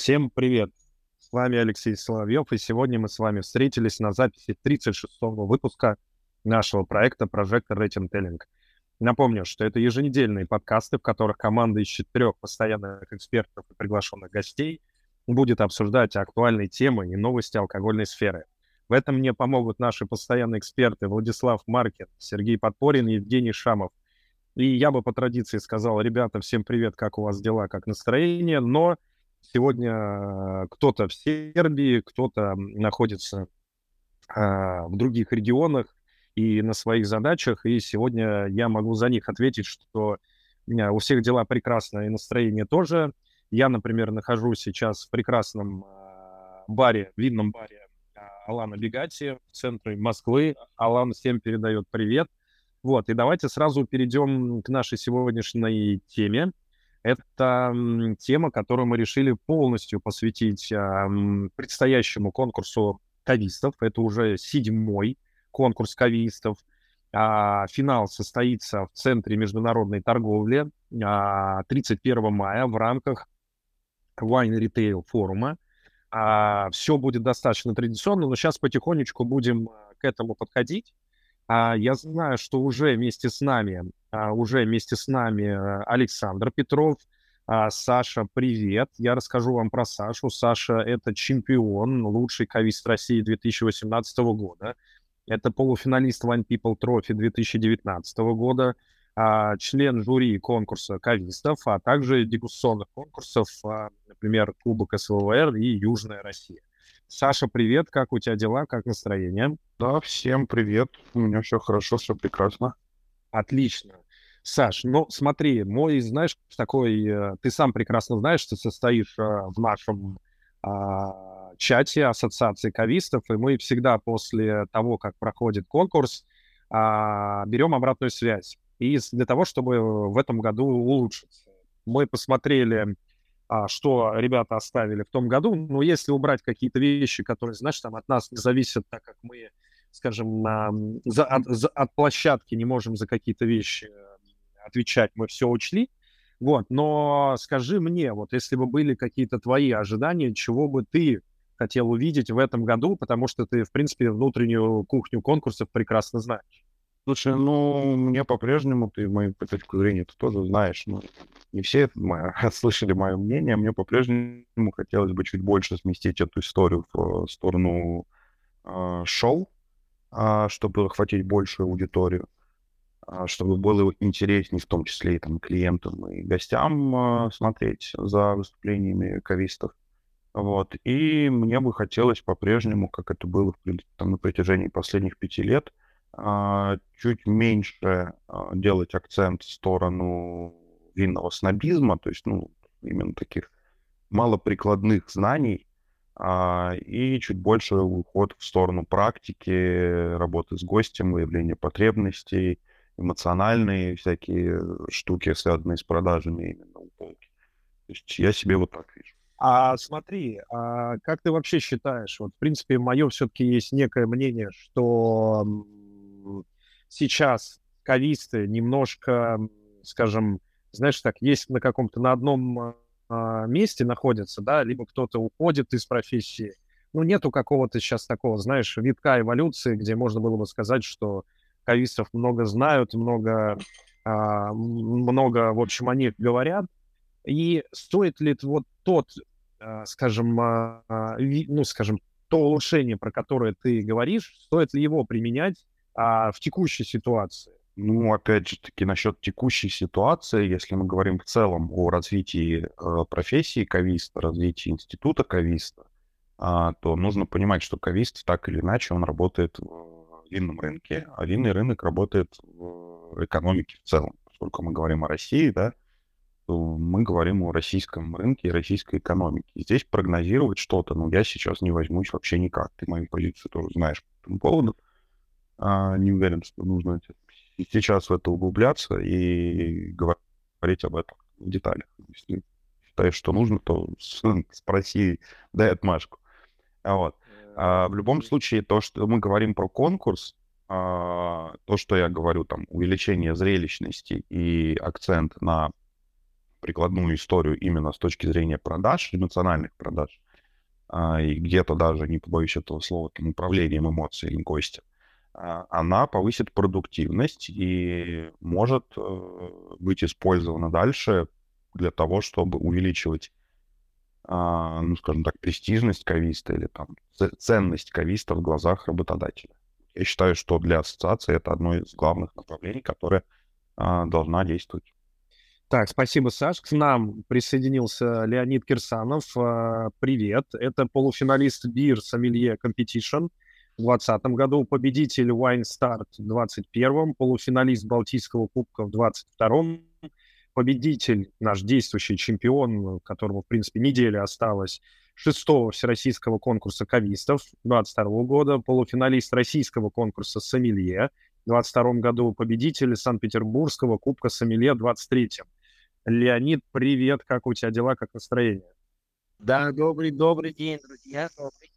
Всем привет! С вами Алексей Соловьев, и сегодня мы с вами встретились на записи 36-го выпуска нашего проекта Projector Rating Telling. Напомню, что это еженедельные подкасты, в которых команда из 4 постоянных экспертов и приглашенных гостей будет обсуждать актуальные темы и новости алкогольной сферы. В этом мне помогут наши постоянные эксперты Владислав Маркин, Сергей Подпорин и Евгений Шамов. И я бы по традиции сказал: ребята, всем привет, как у вас дела, как настроение, но сегодня кто-то в Сербии, кто-то находится в других регионах и на своих задачах, и сегодня я могу за них ответить, что у всех дела прекрасно и настроение тоже. Я, например, нахожусь сейчас в прекрасном баре, винном баре Алана Бегати в центре Москвы. Алан всем передает привет. Вот, и давайте сразу перейдем к нашей сегодняшней теме. Это тема, которую мы решили полностью посвятить предстоящему конкурсу кавистов. Это уже 7-й конкурс кавистов. Финал состоится в Центре международной торговли 31 мая в рамках Wine Retail форума. Все будет достаточно традиционно, но сейчас потихонечку будем к этому подходить. Я знаю, что уже вместе с нами Александр Петров. Саша, привет. Я расскажу вам про Сашу. Саша — это чемпион, лучший кавист России 2018 года. Это полуфиналист Wine People Trophy 2019 года, член жюри конкурса кавистов, а также дегустационных конкурсов, например, Кубок СВВР и Южная Россия. Саша, привет, как у тебя дела, как настроение? Да, всем привет. У меня все хорошо, все прекрасно. Отлично. Саш, ну смотри, мой, знаешь, такой, ты сам прекрасно знаешь, что состоишь в нашем чате Ассоциации кавистов, и мы всегда после того, как проходит конкурс, берем обратную связь. И для того, чтобы в этом году улучшиться. Мы посмотрели, что ребята оставили в том году. Но если убрать какие-то вещи, которые, знаешь, там от нас не зависят, так как мы, скажем, от площадки не можем за какие-то вещи отвечать, мы все учли. Вот, но скажи мне, вот если бы были какие-то твои ожидания, чего бы ты хотел увидеть в этом году, потому что ты, в принципе, внутреннюю кухню конкурсов прекрасно знаешь. Слушай, ну, мне по-прежнему, ты мою точку зрения ты тоже знаешь, ну, не все слышали мое мнение, мне по-прежнему хотелось бы чуть больше сместить эту историю в сторону шоу, чтобы охватить большую аудиторию, чтобы было интереснее, в том числе и там клиентам и гостям смотреть за выступлениями кавистов. Вот. И мне бы хотелось по-прежнему, как это было, в принципе, там, на протяжении последних 5 лет, чуть меньше делать акцент в сторону винного снобизма, то есть, ну, именно таких малоприкладных знаний, и чуть больше уход в сторону практики, работы с гостем, выявления потребностей, эмоциональные всякие штуки, связанные с продажами именно у полки. То есть я себе вот так вижу. Смотри, как ты вообще считаешь, вот, в принципе, мое все-таки есть некое мнение, что сейчас кависты немножко, скажем, знаешь, так, есть на каком-то, на одном месте находятся, да, либо кто-то уходит из профессии. Ну, нету какого-то сейчас такого, знаешь, витка эволюции, где можно было бы сказать, что кавистов много знают, много, в общем, о них говорят. И стоит ли вот тот, скажем, ну, скажем, то улучшение, про которое ты говоришь, стоит ли его применять в текущей ситуации? Ну, опять же таки, насчет текущей ситуации, если мы говорим в целом о развитии профессии кависта, развитии института кависта, то нужно понимать, что кавист так или иначе он работает в винном рынке, а винный рынок работает в экономике в целом. Поскольку мы говорим о России, да, то мы говорим о российском рынке и российской экономике. И здесь прогнозировать что-то, ну, я сейчас не возьмусь вообще никак. Ты мою позицию тоже знаешь по этому поводу. Не уверен, что нужно сейчас в это углубляться и говорить об этом в деталях. Если считаешь, что нужно, то спроси, дай отмашку. Вот. В любом случае, то, что мы говорим про конкурс, то, что я говорю, там, увеличение зрелищности и акцент на прикладную историю именно с точки зрения продаж, эмоциональных продаж, и где-то даже, не побоюсь этого слова, там, управлением эмоциями гостя, она повысит продуктивность и может быть использована дальше для того, чтобы увеличивать, ну, скажем так, престижность кависта или там ценность кависта в глазах работодателя. Я считаю, что для ассоциации это одно из главных направлений, которое должна действовать. Так, спасибо, Саш. К нам присоединился Леонид Кирсанов. Привет. Это полуфиналист Beer Sommelier Competition в 2020 году, победитель Wine Start в 2021, полуфиналист Балтийского кубка в 2022, победитель, наш действующий чемпион, которому, в принципе, неделя осталась, шестого всероссийского конкурса кавистов 2022 года, полуфиналист российского конкурса «Сомелье» в 2022 году, победитель Санкт-Петербургского кубка «Сомелье» в 2023. Леонид, привет, как у тебя дела, как настроение? Да, добрый день, друзья.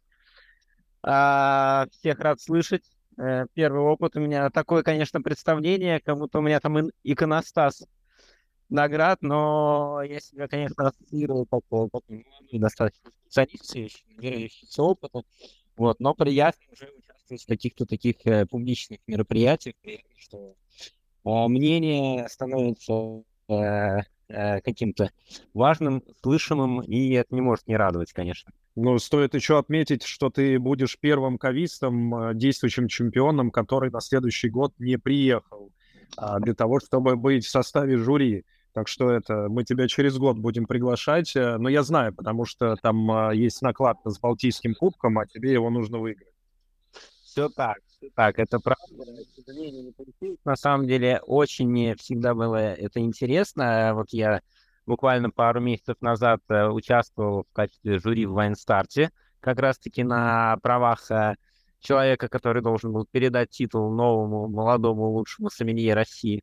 Всех рад слышать. Первый опыт у меня такое, конечно, представление, как будто у меня там иконостас наград, но я себя, конечно, ассоциировал как достаточно специалист, имеющийся опыта. Вот, но приятно уже участвовать в каких-то таких публичных мероприятиях, что мнение становится каким-то важным, слышимым, и это не может не радовать, конечно. Ну, стоит еще отметить, что ты будешь первым кавистом, действующим чемпионом, который на следующий год не приехал для того, чтобы быть в составе жюри. Так что это мы тебя через год будем приглашать. Но я знаю, потому что там есть накладка с Балтийским кубком, а тебе его нужно выиграть. Все так, это правда. К сожалению, не получилось. На самом деле, очень мне всегда было это интересно. Вот я буквально пару месяцев назад участвовал в качестве жюри в Вайнстарте, как раз-таки на правах человека, который должен был передать титул новому, молодому, лучшему сомелье России.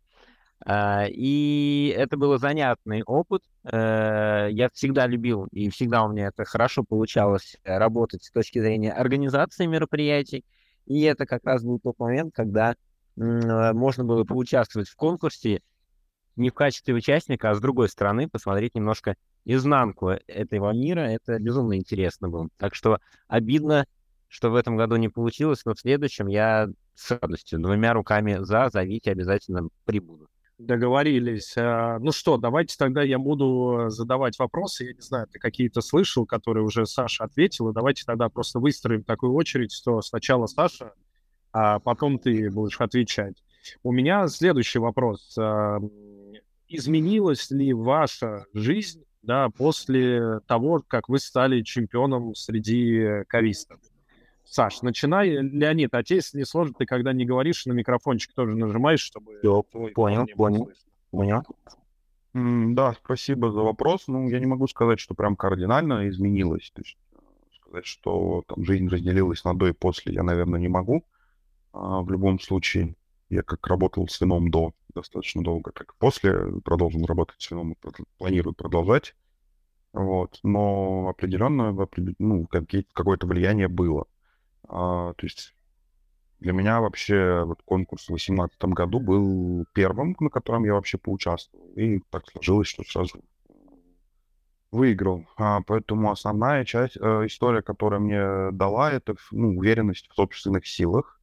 И это был занятный опыт. Я всегда любил, и всегда у меня это хорошо получалось работать с точки зрения организации мероприятий. И это как раз был тот момент, когда можно было поучаствовать в конкурсе не в качестве участника, а с другой стороны посмотреть немножко изнанку этого мира. Это безумно интересно было. Так что обидно, что в этом году не получилось, но в следующем я с радостью, двумя руками зовите, обязательно прибуду. Договорились. Ну что, давайте тогда я буду задавать вопросы. Я не знаю, ты какие-то слышал, которые уже Саша ответила. Давайте тогда просто выстроим такую очередь, что сначала Саша, а потом ты будешь отвечать. У меня следующий вопрос. Изменилась ли ваша жизнь, да, после того, как вы стали чемпионом среди кавистов? Саш, начинай. Леонид, а тебе, если не сложно, ты когда не говоришь, на микрофончик тоже нажимаешь, чтобы твой голос не было слышно. Да, спасибо за вопрос. Ну, я не могу сказать, что прям кардинально изменилось. То есть сказать, что там жизнь разделилась на до и после, я, наверное, не могу. В любом случае, я как работал с вином до достаточно долго, так и после продолжил работать с вином и планирую продолжать. Вот. Но определенно, ну, какое-то влияние было. То есть для меня вообще вот конкурс в 2018 году был первым, на котором я вообще поучаствовал. И так сложилось, что сразу выиграл. Поэтому основная часть, история, которая мне дала, это ну, уверенность в собственных силах.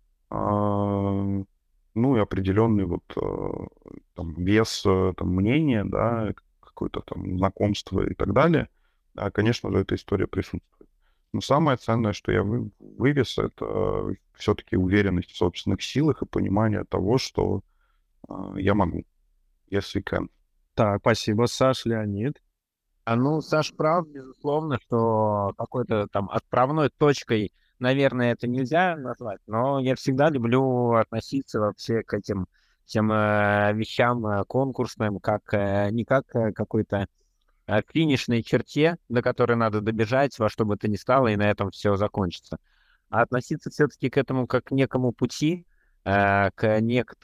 Ну и определенный вот там вес там, мнения, да, какое-то там знакомство и так далее. Конечно же, эта история присутствует. Но самое ценное, что я вывез, это все-таки уверенность в собственных силах и понимание того, что я могу, если can. Так, спасибо, Саш, Леонид. Ну, Саш прав, безусловно, что какой-то там отправной точкой, наверное, это нельзя назвать, но я всегда люблю относиться вообще к этим всем вещам конкурсным, как не как какой-то финишной черте, до которой надо добежать, во что бы то ни стало, и на этом все закончится. А относиться все-таки к этому как к некому пути, к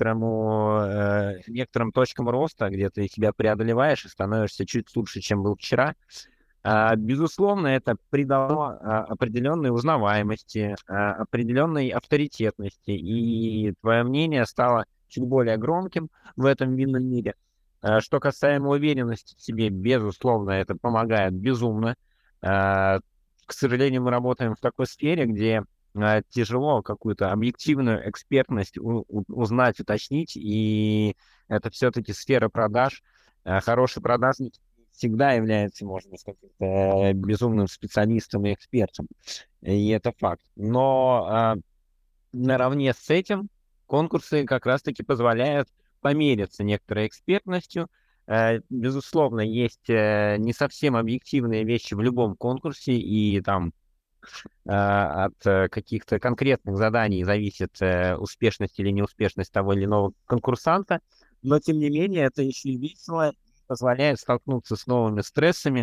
некоторым точкам роста, где ты себя преодолеваешь и становишься чуть лучше, чем был вчера. Безусловно, это придало определенной узнаваемости, определенной авторитетности, и твое мнение стало чуть более громким в этом винном мире. Что касаемо уверенности в себе, безусловно, это помогает безумно. К сожалению, мы работаем в такой сфере, где тяжело какую-то объективную экспертность узнать, уточнить, и это все-таки сфера продаж. Хороший продажник всегда является, можно сказать, безумным специалистом и экспертом, и это факт. Но наравне с этим конкурсы как раз-таки позволяют помериться некоторой экспертностью. Безусловно, есть не совсем объективные вещи в любом конкурсе, и там от каких-то конкретных заданий зависит успешность или неуспешность того или иного конкурсанта, но тем не менее это еще и весело, позволяет столкнуться с новыми стрессами,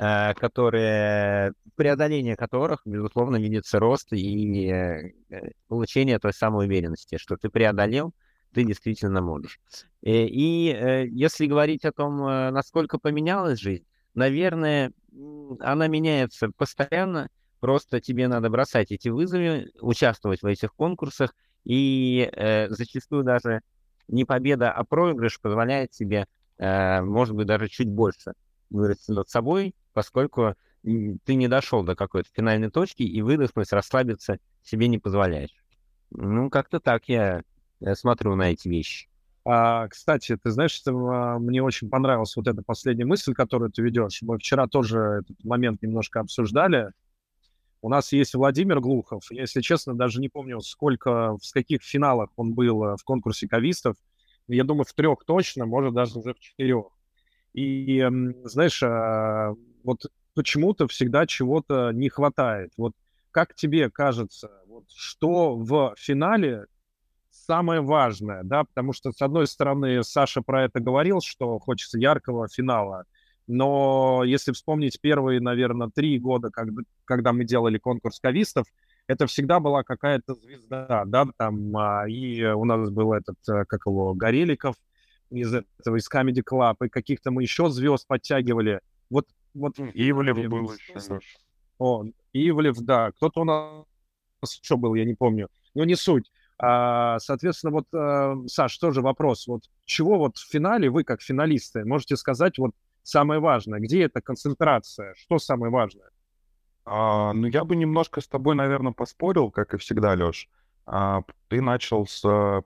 преодоление которых, безусловно, видится рост и получение той самой уверенности, что ты преодолел, ты действительно можешь. Если говорить о том, насколько поменялась жизнь, наверное, она меняется постоянно. Просто тебе надо бросать эти вызовы, участвовать в этих конкурсах, и зачастую даже не победа, а проигрыш позволяет тебе, может быть, даже чуть больше вырасти над собой, поскольку ты не дошел до какой-то финальной точки, и выдохнуть, расслабиться себе не позволяешь. Ну, как-то так я смотрю на эти вещи. Кстати, ты знаешь, мне очень понравилась вот эта последняя мысль, которую ты ведешь. Мы вчера тоже этот момент немножко обсуждали. У нас есть Владимир Глухов. Я, если честно, даже не помню, в каких финалах он был в конкурсе кавистов. Я думаю, в 3 точно, может, даже уже в 4. И, знаешь, вот почему-то всегда чего-то не хватает. Вот как тебе кажется, вот что в финале самое важное, да? Потому что, с одной стороны, Саша про это говорил, что хочется яркого финала, но если вспомнить первые, наверное, 3 года, когда мы делали конкурс кавистов, это всегда была какая-то звезда, да, там, и у нас был как его, Гореликов из Comedy Club, и каких-то мы еще звезд подтягивали. Вот Ивлев был еще. Ивлев, да. Кто-то у нас еще был, я не помню. Но не суть. Соответственно, вот, Саш, тоже вопрос. Вот чего вот в финале вы, как финалисты, можете сказать вот самое важное? Где эта концентрация? Что самое важное? Ну, я бы немножко с тобой, наверное, поспорил, как и всегда, Леш. Ты начал с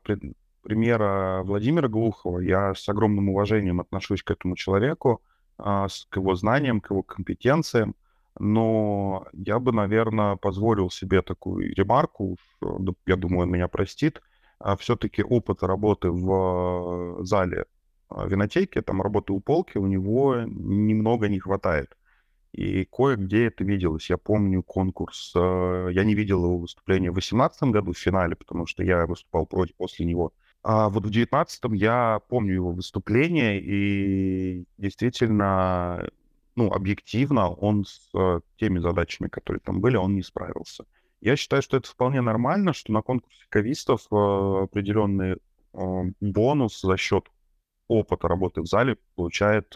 примера Владимира Глухова. Я с огромным уважением отношусь к этому человеку, к его знаниям, к его компетенциям. Но я бы, наверное, позволил себе такую ремарку, я думаю, он меня простит. Все-таки опыт работы в зале винотеки, там работы у полки, у него немного не хватает. И кое-где это виделось. Я помню конкурс, я не видел его выступления в 2018 году в финале, потому что я выступал после него. А вот в 2019 я помню его выступление, и действительно, ну, объективно он с теми задачами, которые там были, он не справился. Я считаю, что это вполне нормально, что на конкурсе кавистов определенный бонус за счет опыта работы в зале получает,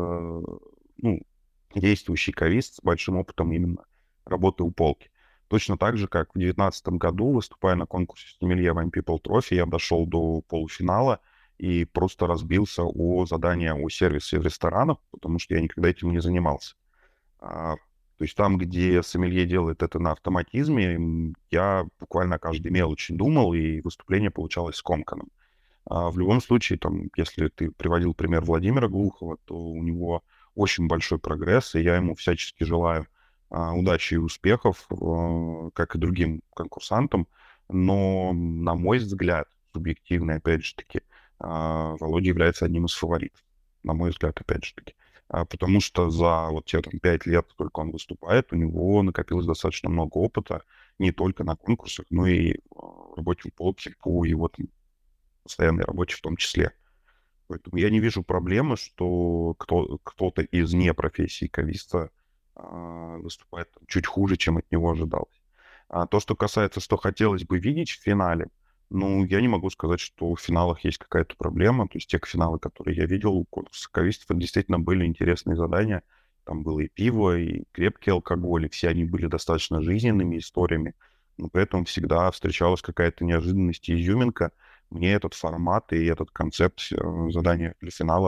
ну, действующий кавист с большим опытом именно работы у полки. Точно так же, как в 2019 году, выступая на конкурсе «Сомелье Wine People Trophy», я дошел до полуфинала и просто разбился о задание о сервисе в ресторанах, потому что я никогда этим не занимался. То есть там, где сомелье делает это на автоматизме, я буквально каждой мелочи думал, и выступление получалось скомканным. В любом случае, там, если ты приводил пример Владимира Глухова, то у него очень большой прогресс, и я ему всячески желаю удачи и успехов, как и другим конкурсантам. Но, на мой взгляд, субъективно, опять же таки, Володя является одним из фаворитов. На мой взгляд, опять же таки. Потому что за вот те там 5 лет, сколько он выступает, у него накопилось достаточно много опыта не только на конкурсах, но и в работе в полке по его там постоянной работе в том числе. Поэтому я не вижу проблемы, что кто-то из непрофессии кависта выступает чуть хуже, чем от него ожидалось. То, что касается, что хотелось бы видеть в финале, ну, я не могу сказать, что в финалах есть какая-то проблема. То есть те финалы, которые я видел у конкурса кавистов, это действительно были интересные задания. Там было и пиво, и крепкий алкоголь, и все они были достаточно жизненными историями. Но при этом всегда встречалась какая-то неожиданность и изюминка. Мне этот формат и этот концепт задания для финала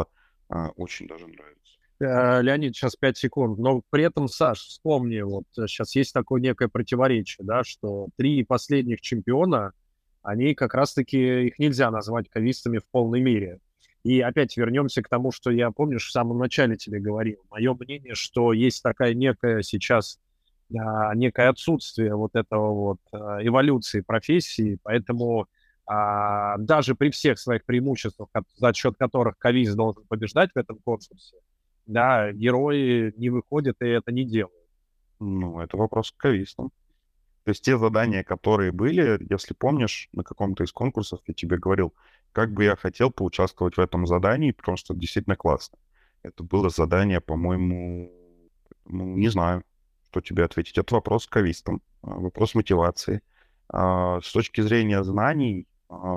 Очень даже нравится. Леонид, сейчас 5 секунд. Но при этом, Саш, вспомни, вот сейчас есть такое некое противоречие, да, что 3 последних чемпиона, они как раз-таки, их нельзя назвать кавистами в полной мере. И опять вернемся к тому, что я, помнишь, в самом начале тебе говорил. Мое мнение, что есть такая некая сейчас, некое отсутствие вот этого вот эволюции профессии, поэтому даже при всех своих преимуществах, за счет которых кавист должен побеждать в этом конкурсе, да, герои не выходят и это не делают. Ну, это вопрос к кавистам. То есть те задания, которые были, если помнишь, на каком-то из конкурсов я тебе говорил, как бы я хотел поучаствовать в этом задании, потому что это действительно классно. Это было задание, по-моему, ну, не знаю, что тебе ответить. Это вопрос к кавистам, вопрос мотивации. С точки зрения знаний,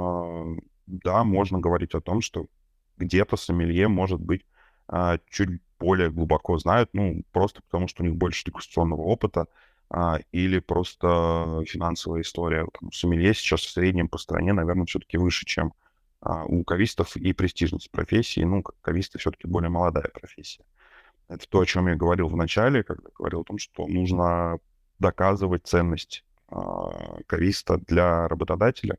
да, можно говорить о том, что где-то сомелье, может быть, чуть более глубоко знают, ну, просто потому что у них больше дегустационного опыта, или просто финансовая история. Там, сомелье сейчас в среднем по стране, наверное, все-таки выше, чем у кавистов, и престижность профессии. Ну, как кависты все-таки более молодая профессия. Это то, о чем я говорил в начале, когда говорил о том, что нужно доказывать ценность кависта для работодателя,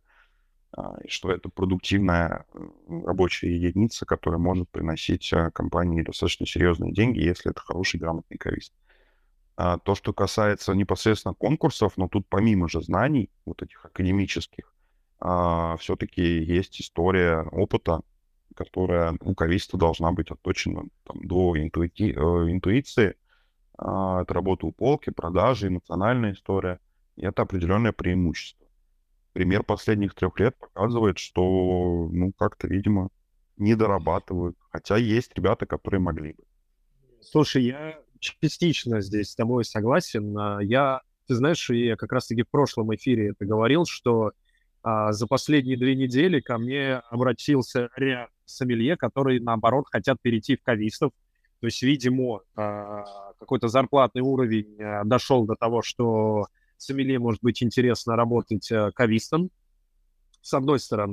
и что это продуктивная рабочая единица, которая может приносить компании достаточно серьезные деньги, если это хороший, грамотный кавист. То, что касается непосредственно конкурсов, но тут помимо же знаний, вот этих академических, все-таки есть история опыта, которая у кависта должна быть отточена там, до интуиции. Это работа у полки, продажи, эмоциональная история. И это определенное преимущество. Пример последних 3 лет показывает, что, ну, как-то, видимо, не дорабатывают. Хотя есть ребята, которые могли бы. Слушай, я частично здесь с тобой согласен. Ты знаешь, я как раз-таки в прошлом эфире это говорил, что за последние 2 недели ко мне обратился ряд сомелье, которые, наоборот, хотят перейти в кавистов. То есть, видимо, какой-то зарплатный уровень дошел до того, что сомелье может быть интересно работать кавистом, с одной стороны.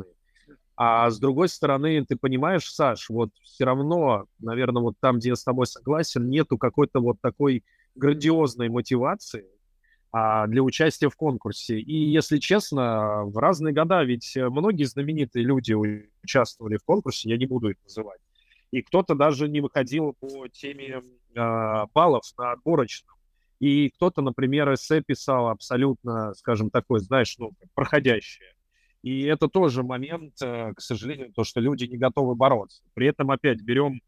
А с другой стороны, ты понимаешь, Саш, вот все равно, наверное, вот там, где я с тобой согласен, нету какой-то вот такой грандиозной мотивации для участия в конкурсе. И, если честно, в разные года ведь многие знаменитые люди участвовали в конкурсе, я не буду их называть. И кто-то даже не выходил по теме баллов на отборочном. И кто-то, например, эссе писал абсолютно, скажем, такой, знаешь, ну, проходящее. И это тоже момент, к сожалению, то, что люди не готовы бороться. При этом опять берем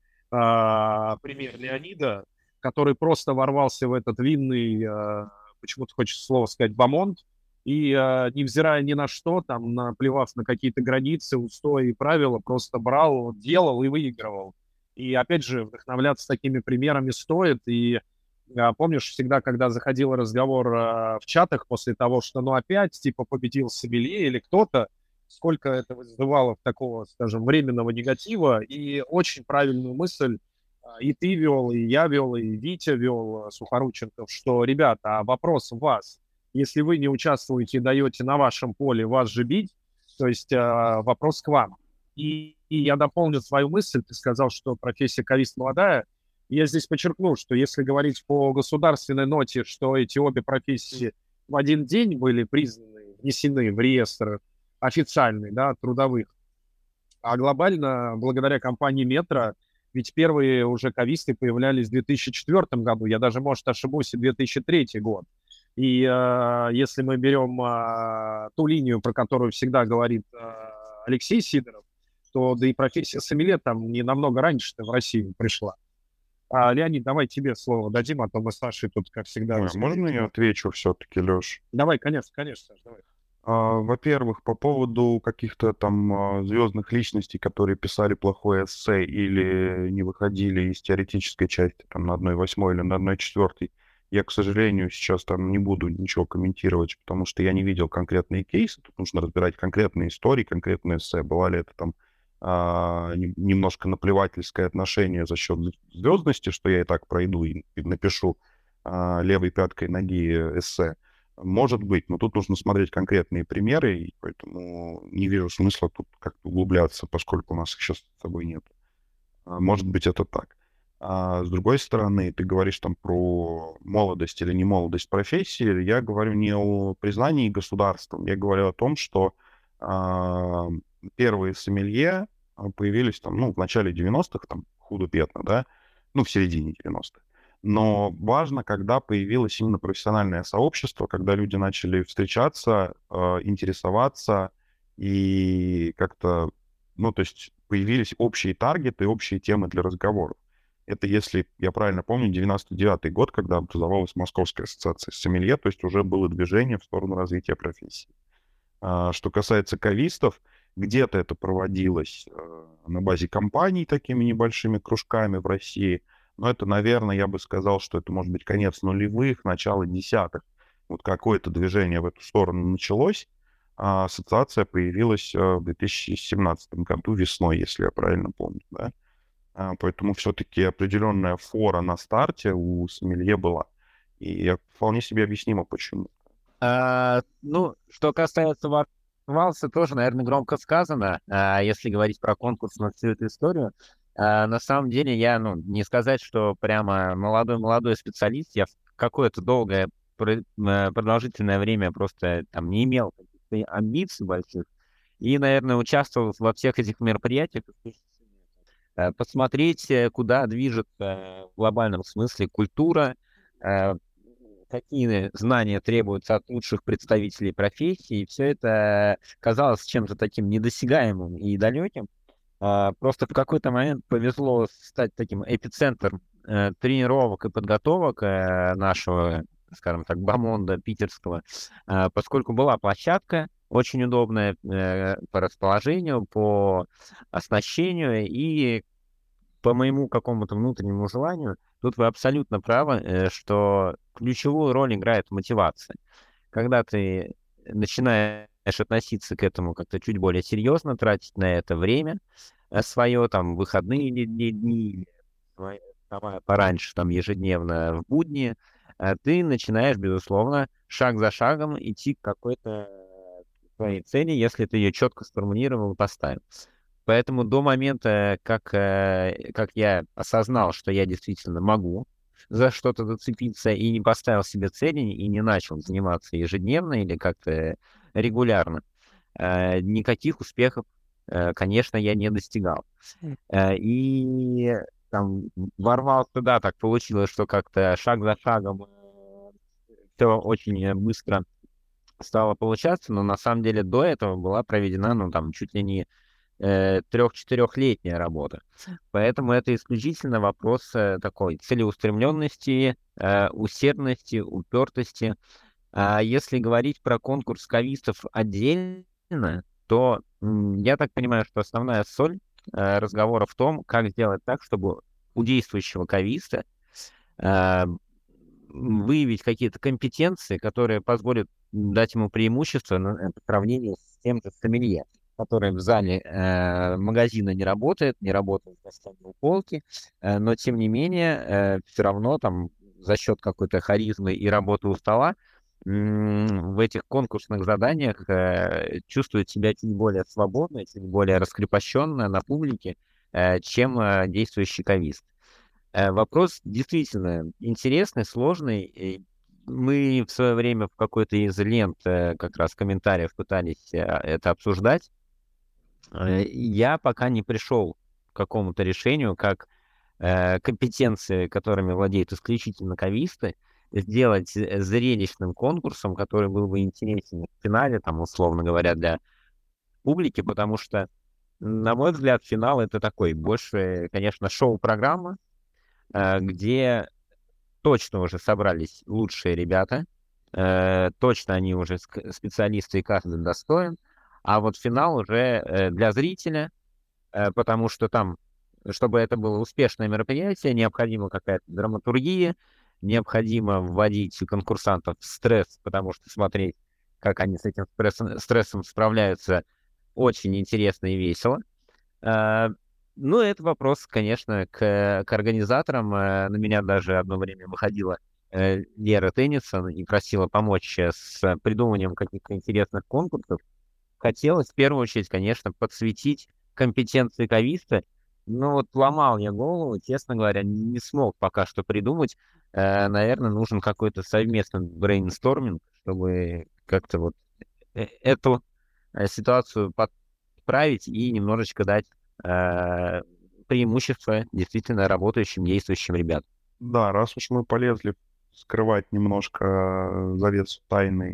пример Леонида, который просто ворвался в этот винный, почему-то хочется слово сказать, бомонд, и, невзирая ни на что, там, наплевав на какие-то границы, устои и правила, просто брал, делал и выигрывал. И, опять же, вдохновляться такими примерами стоит. И помнишь, всегда, когда заходил разговор в чатах после того, что, ну, опять, типа, победил Сомелье или кто-то, сколько это вызывало такого, скажем, временного негатива, и очень правильную мысль и ты вел, и я вел, и Витя вел, Сухорученков, что, ребята, вопрос в вас. Если вы не участвуете и даете на вашем поле вас же бить, то есть вопрос к вам. И я дополню свою мысль, ты сказал, что профессия кавист молодая. Я здесь подчеркну, что если говорить по государственной ноте, что эти обе профессии в один день были признаны, внесены в реестр официальный, да, трудовых, а глобально, благодаря компании «Метро», ведь первые уже кависты появлялись в 2004 году, я даже, может, ошибусь, и 2003 год. И если мы берем ту линию, про которую всегда говорит Алексей Сидоров, то да и профессия сомелье там не намного раньше-то в Россию пришла. Леонид, давай тебе слово дадим, а то мы с Сашей тут, как всегда... Можно я отвечу все-таки, Леш? Давай, конечно, Саш, давай. Во-первых, по поводу каких-то там звездных личностей, которые писали плохое эссе или не выходили из теоретической части там на 1/8 или на 1/4, я, к сожалению, сейчас там не буду ничего комментировать, потому что я не видел конкретные кейсы. Тут нужно разбирать конкретные истории, конкретные эссе. Была ли это там немножко наплевательское отношение за счет звездности, что я и так пройду и напишу левой пяткой ноги эссе. Может быть, но тут нужно смотреть конкретные примеры, и поэтому не вижу смысла тут как-то углубляться, поскольку у нас их сейчас с собой нет. Может быть, это так. А с другой стороны, ты говоришь там про молодость или не молодость профессии. Я говорю не о признании государством, я говорю о том, что а, первые сомелье появились там, ну, в начале 90-х, там, худо-бедно, да, ну, в середине 90-х. Но важно, когда появилось именно профессиональное сообщество, когда люди начали встречаться, интересоваться и как-то, ну, то есть появились общие таргеты, общие темы для разговоров. Это, если я правильно помню, 99-й год, когда образовалась Московская ассоциация сомелье, то есть уже было движение в сторону развития профессии. Что касается кавистов, где-то это проводилось на базе компаний такими небольшими кружками в России, но это, наверное, я бы сказал, что это может быть конец нулевых, начало десятых. Вот какое-то движение в эту сторону началось, а ассоциация появилась в 2017 году весной, если я правильно помню, да? Поэтому все-таки определенная фора на старте у сомелье была. И вполне себе объяснимо, почему. Ну, что касается валса, тоже, наверное, громко сказано. Если говорить про конкурс на всю эту историю, на самом деле я, ну, не сказать, что прямо молодой специалист. Я в какое-то долгое продолжительное время просто там не имел каких-то амбиций больших и, наверное, участвовал во всех этих мероприятиях, посмотреть, куда движется в глобальном смысле культура, какие знания требуются от лучших представителей профессии. И все это казалось чем-то таким недосягаемым и далеким. Просто в какой-то момент повезло стать таким эпицентром тренировок и подготовок нашего, скажем так, бомонда питерского, поскольку была площадка очень удобная по расположению, по оснащению и по моему какому-то внутреннему желанию. Тут вы абсолютно правы, что ключевую роль играет мотивация. Когда ты начинаешь относиться к этому как-то чуть более серьезно, тратить на это время свое, там, выходные дни, вставая пораньше, там, ежедневно в будни, ты начинаешь, безусловно, шаг за шагом идти к какой-то своей цели, если ты ее четко сформулировал и поставил. Поэтому до момента, как я осознал, что я действительно могу за что-то зацепиться и не поставил себе цели, и не начал заниматься ежедневно или как-то регулярно, никаких успехов, конечно, я не достигал. И там ворвался туда, так получилось, что как-то шаг за шагом все очень быстро стало получаться, но на самом деле до этого была проведена, ну, там, чуть ли не 3-4-летняя работа. Поэтому это исключительно вопрос такой целеустремленности, усердности, упертости. А если говорить про конкурс кавистов отдельно, то я так понимаю, что основная соль разговора в том, как сделать так, чтобы у действующего кависта выявить какие-то компетенции, которые позволят дать ему преимущество по сравнению с тем же сомелье, который в зале магазина не работает с гостями у полки, но тем не менее все равно там за счет какой-то харизмы и работы у стола в этих конкурсных заданиях чувствует себя чуть более свободно, чуть более раскрепощенно на публике, чем действующий кавист. Вопрос действительно интересный, сложный. И мы в свое время в какой-то из лент, как раз комментариев, пытались это обсуждать. Я пока не пришел к какому-то решению, как компетенции, которыми владеют исключительно кависты, сделать зрелищным конкурсом, который был бы интересен в финале, там, условно говоря, для публики, потому что, на мой взгляд, финал — это такой больше, конечно, шоу-программа, где точно уже собрались лучшие ребята, точно они уже специалисты и каждый достоин, а вот финал уже для зрителя, потому что там, чтобы это было успешное мероприятие, необходима какая-то драматургия, необходимо вводить конкурсантов в стресс, потому что смотреть, как они с этим стрессом справляются, очень интересно и весело. Ну, это вопрос, конечно, к организаторам. На меня даже одно время выходила Лера Теннисон и просила помочь с придумыванием каких-то интересных конкурсов. Хотелось в первую очередь, конечно, подсветить компетенции кависта, Ну вот ломал я голову, честно говоря, не смог пока что придумать. Наверное, нужен какой-то совместный брейнсторминг, чтобы как-то вот эту ситуацию подправить и немножечко дать э, преимущество действительно работающим, действующим ребятам. Да, раз уж мы полезли скрывать немножко завесу тайны,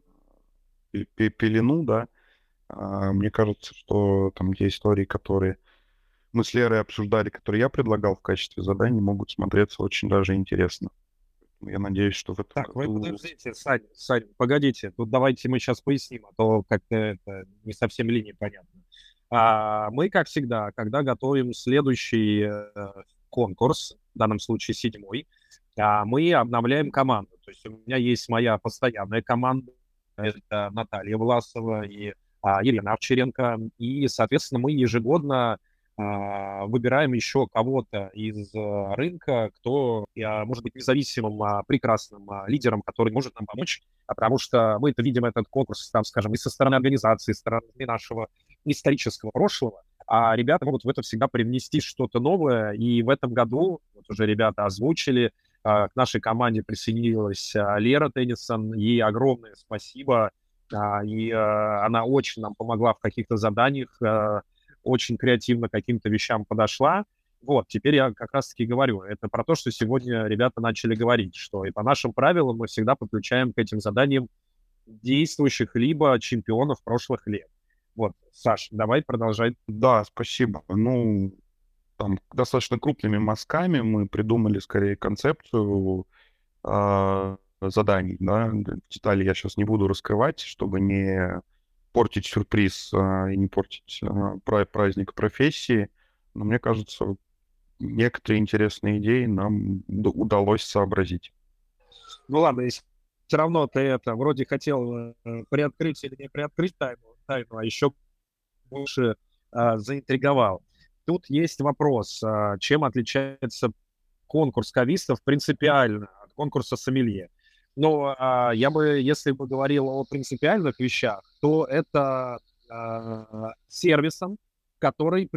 пелену, да, мне кажется, что там те истории, которые мы с Лерой обсуждали, которые я предлагал в качестве заданий, могут смотреться очень даже интересно. Я надеюсь, что в этом Так, вы году... подождите, Сань, погодите, тут давайте мы сейчас поясним, а то как-то это не совсем линия понятна. Мы, как всегда, когда готовим следующий конкурс, в данном случае 7-й, мы обновляем команду. То есть у меня есть моя постоянная команда, это Наталья Власова и Елена Овчаренко, и, соответственно, мы ежегодно выбираем еще кого-то из рынка, кто может быть независимым, прекрасным лидером, который может нам помочь, потому что мы это видим, этот конкурс, там, скажем, и со стороны организации, и со стороны нашего исторического прошлого, а ребята могут в это всегда привнести что-то новое, и в этом году, вот уже ребята озвучили, к нашей команде присоединилась Лера Теннисон, ей огромное спасибо, и она очень нам помогла в каких-то заданиях, очень креативно к каким-то вещам подошла. Вот, теперь я как раз-таки говорю, это про то, что сегодня ребята начали говорить, что и по нашим правилам мы всегда подключаем к этим заданиям действующих либо чемпионов прошлых лет. Вот, Саш, давай продолжай. Да, спасибо. Ну, там достаточно крупными мазками мы придумали скорее концепцию заданий, да. Детали я сейчас не буду раскрывать, чтобы не портить сюрприз и не портить праздник профессии. Но мне кажется, некоторые интересные идеи нам удалось сообразить. Ну ладно, если все равно ты это вроде хотел приоткрыть или не приоткрыть тайну, а еще больше заинтриговал. Тут есть вопрос, чем отличается конкурс кавистов принципиально от конкурса сомелье. Но я бы, если бы говорил о принципиальных вещах, то это сервисом, который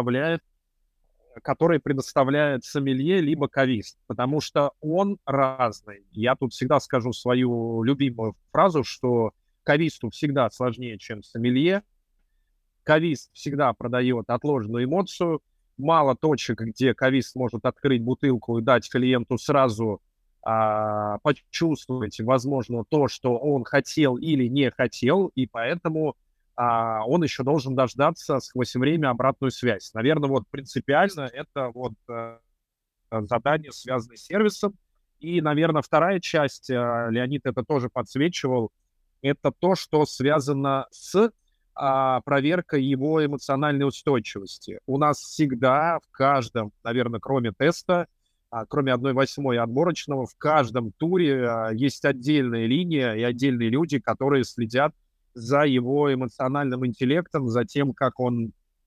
предоставляет сомелье либо кавист, потому что он разный. Я тут всегда скажу свою любимую фразу, что кависту всегда сложнее, чем сомелье. Кавист всегда продает отложенную эмоцию. Мало точек, где кавист может открыть бутылку и дать клиенту сразу почувствовать, возможно, то, что он хотел или не хотел, и поэтому он еще должен дождаться сквозь время обратную связь. Наверное, вот принципиально это вот задание, связанное с сервисом. И, наверное, вторая часть, Леонид это тоже подсвечивал, это то, что связано с проверкой его эмоциональной устойчивости. У нас всегда в каждом, наверное, кроме теста, кроме 1/8 отборочного, в каждом туре есть отдельная линия и отдельные люди, которые следят за его эмоциональным интеллектом, за тем, как он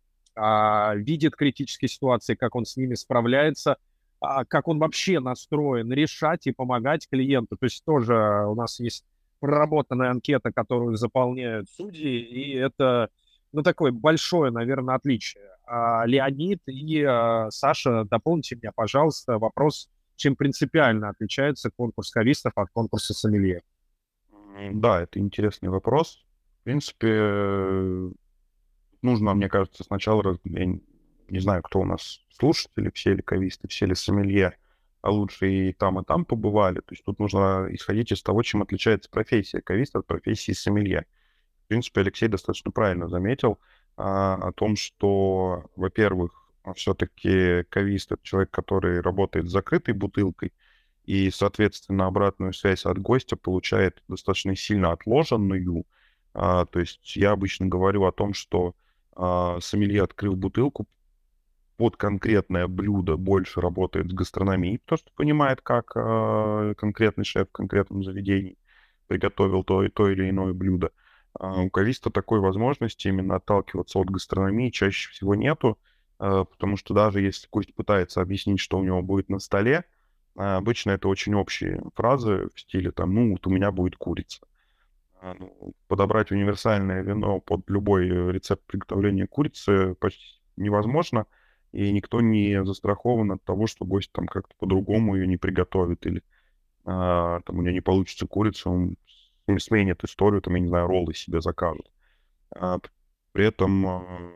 видит критические ситуации, как он с ними справляется, как он вообще настроен решать и помогать клиенту. То есть тоже у нас есть проработанная анкета, которую заполняют судьи, и это, ну, такое большое, наверное, отличие. Леонид и Саша, дополните меня, пожалуйста, вопрос, чем принципиально отличается конкурс кавистов от конкурса сомелье? Да, это интересный вопрос. В принципе, нужно, мне кажется, сначала, я не знаю, кто у нас слушатели, все ли кависты, все ли сомелье, а лучше и там побывали. То есть тут нужно исходить из того, чем отличается профессия кависта от профессии сомелье. В принципе, Алексей достаточно правильно заметил о том, что, во-первых, все-таки кавист — это человек, который работает с закрытой бутылкой, и, соответственно, обратную связь от гостя получает достаточно сильно отложенную. То есть я обычно говорю о том, что сомелье, открыв бутылку, под конкретное блюдо больше работает с гастрономией, потому что понимает, как конкретный шеф в конкретном заведении приготовил то или иное блюдо. У кависта такой возможности именно отталкиваться от гастрономии чаще всего нету, потому что даже если гость пытается объяснить, что у него будет на столе, обычно это очень общие фразы в стиле там, ну, вот у меня будет курица. Подобрать универсальное вино под любой рецепт приготовления курицы почти невозможно. и никто не застрахован от того, что гость там как-то по-другому ее не приготовит, или там у нее не получится курица, он сменит историю, там, я не знаю, роллы себе закажет. А, При этом,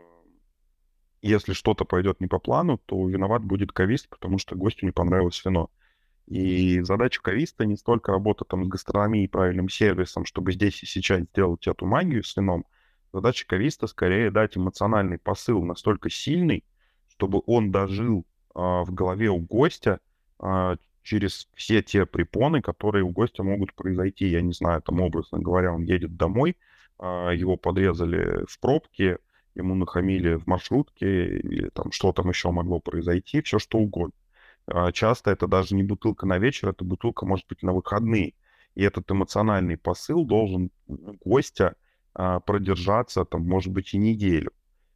если что-то пойдет не по плану, то виноват будет кавист, потому что гостю не понравилось вино. И задача кависта не столько работа там с гастрономией и правильным сервисом, чтобы здесь и сейчас сделать эту магию с вином. Задача кависта скорее дать эмоциональный посыл настолько сильный, чтобы он дожил в голове у гостя через все те препоны, которые у гостя могут произойти. Я не знаю, там, образно говоря, он едет домой, его подрезали в пробке, ему нахамили в маршрутке, или там что там еще могло произойти, все что угодно. Часто это даже не бутылка на вечер, это бутылка, может быть, на выходные. И этот эмоциональный посыл должен у гостя продержаться, там, может быть, и неделю.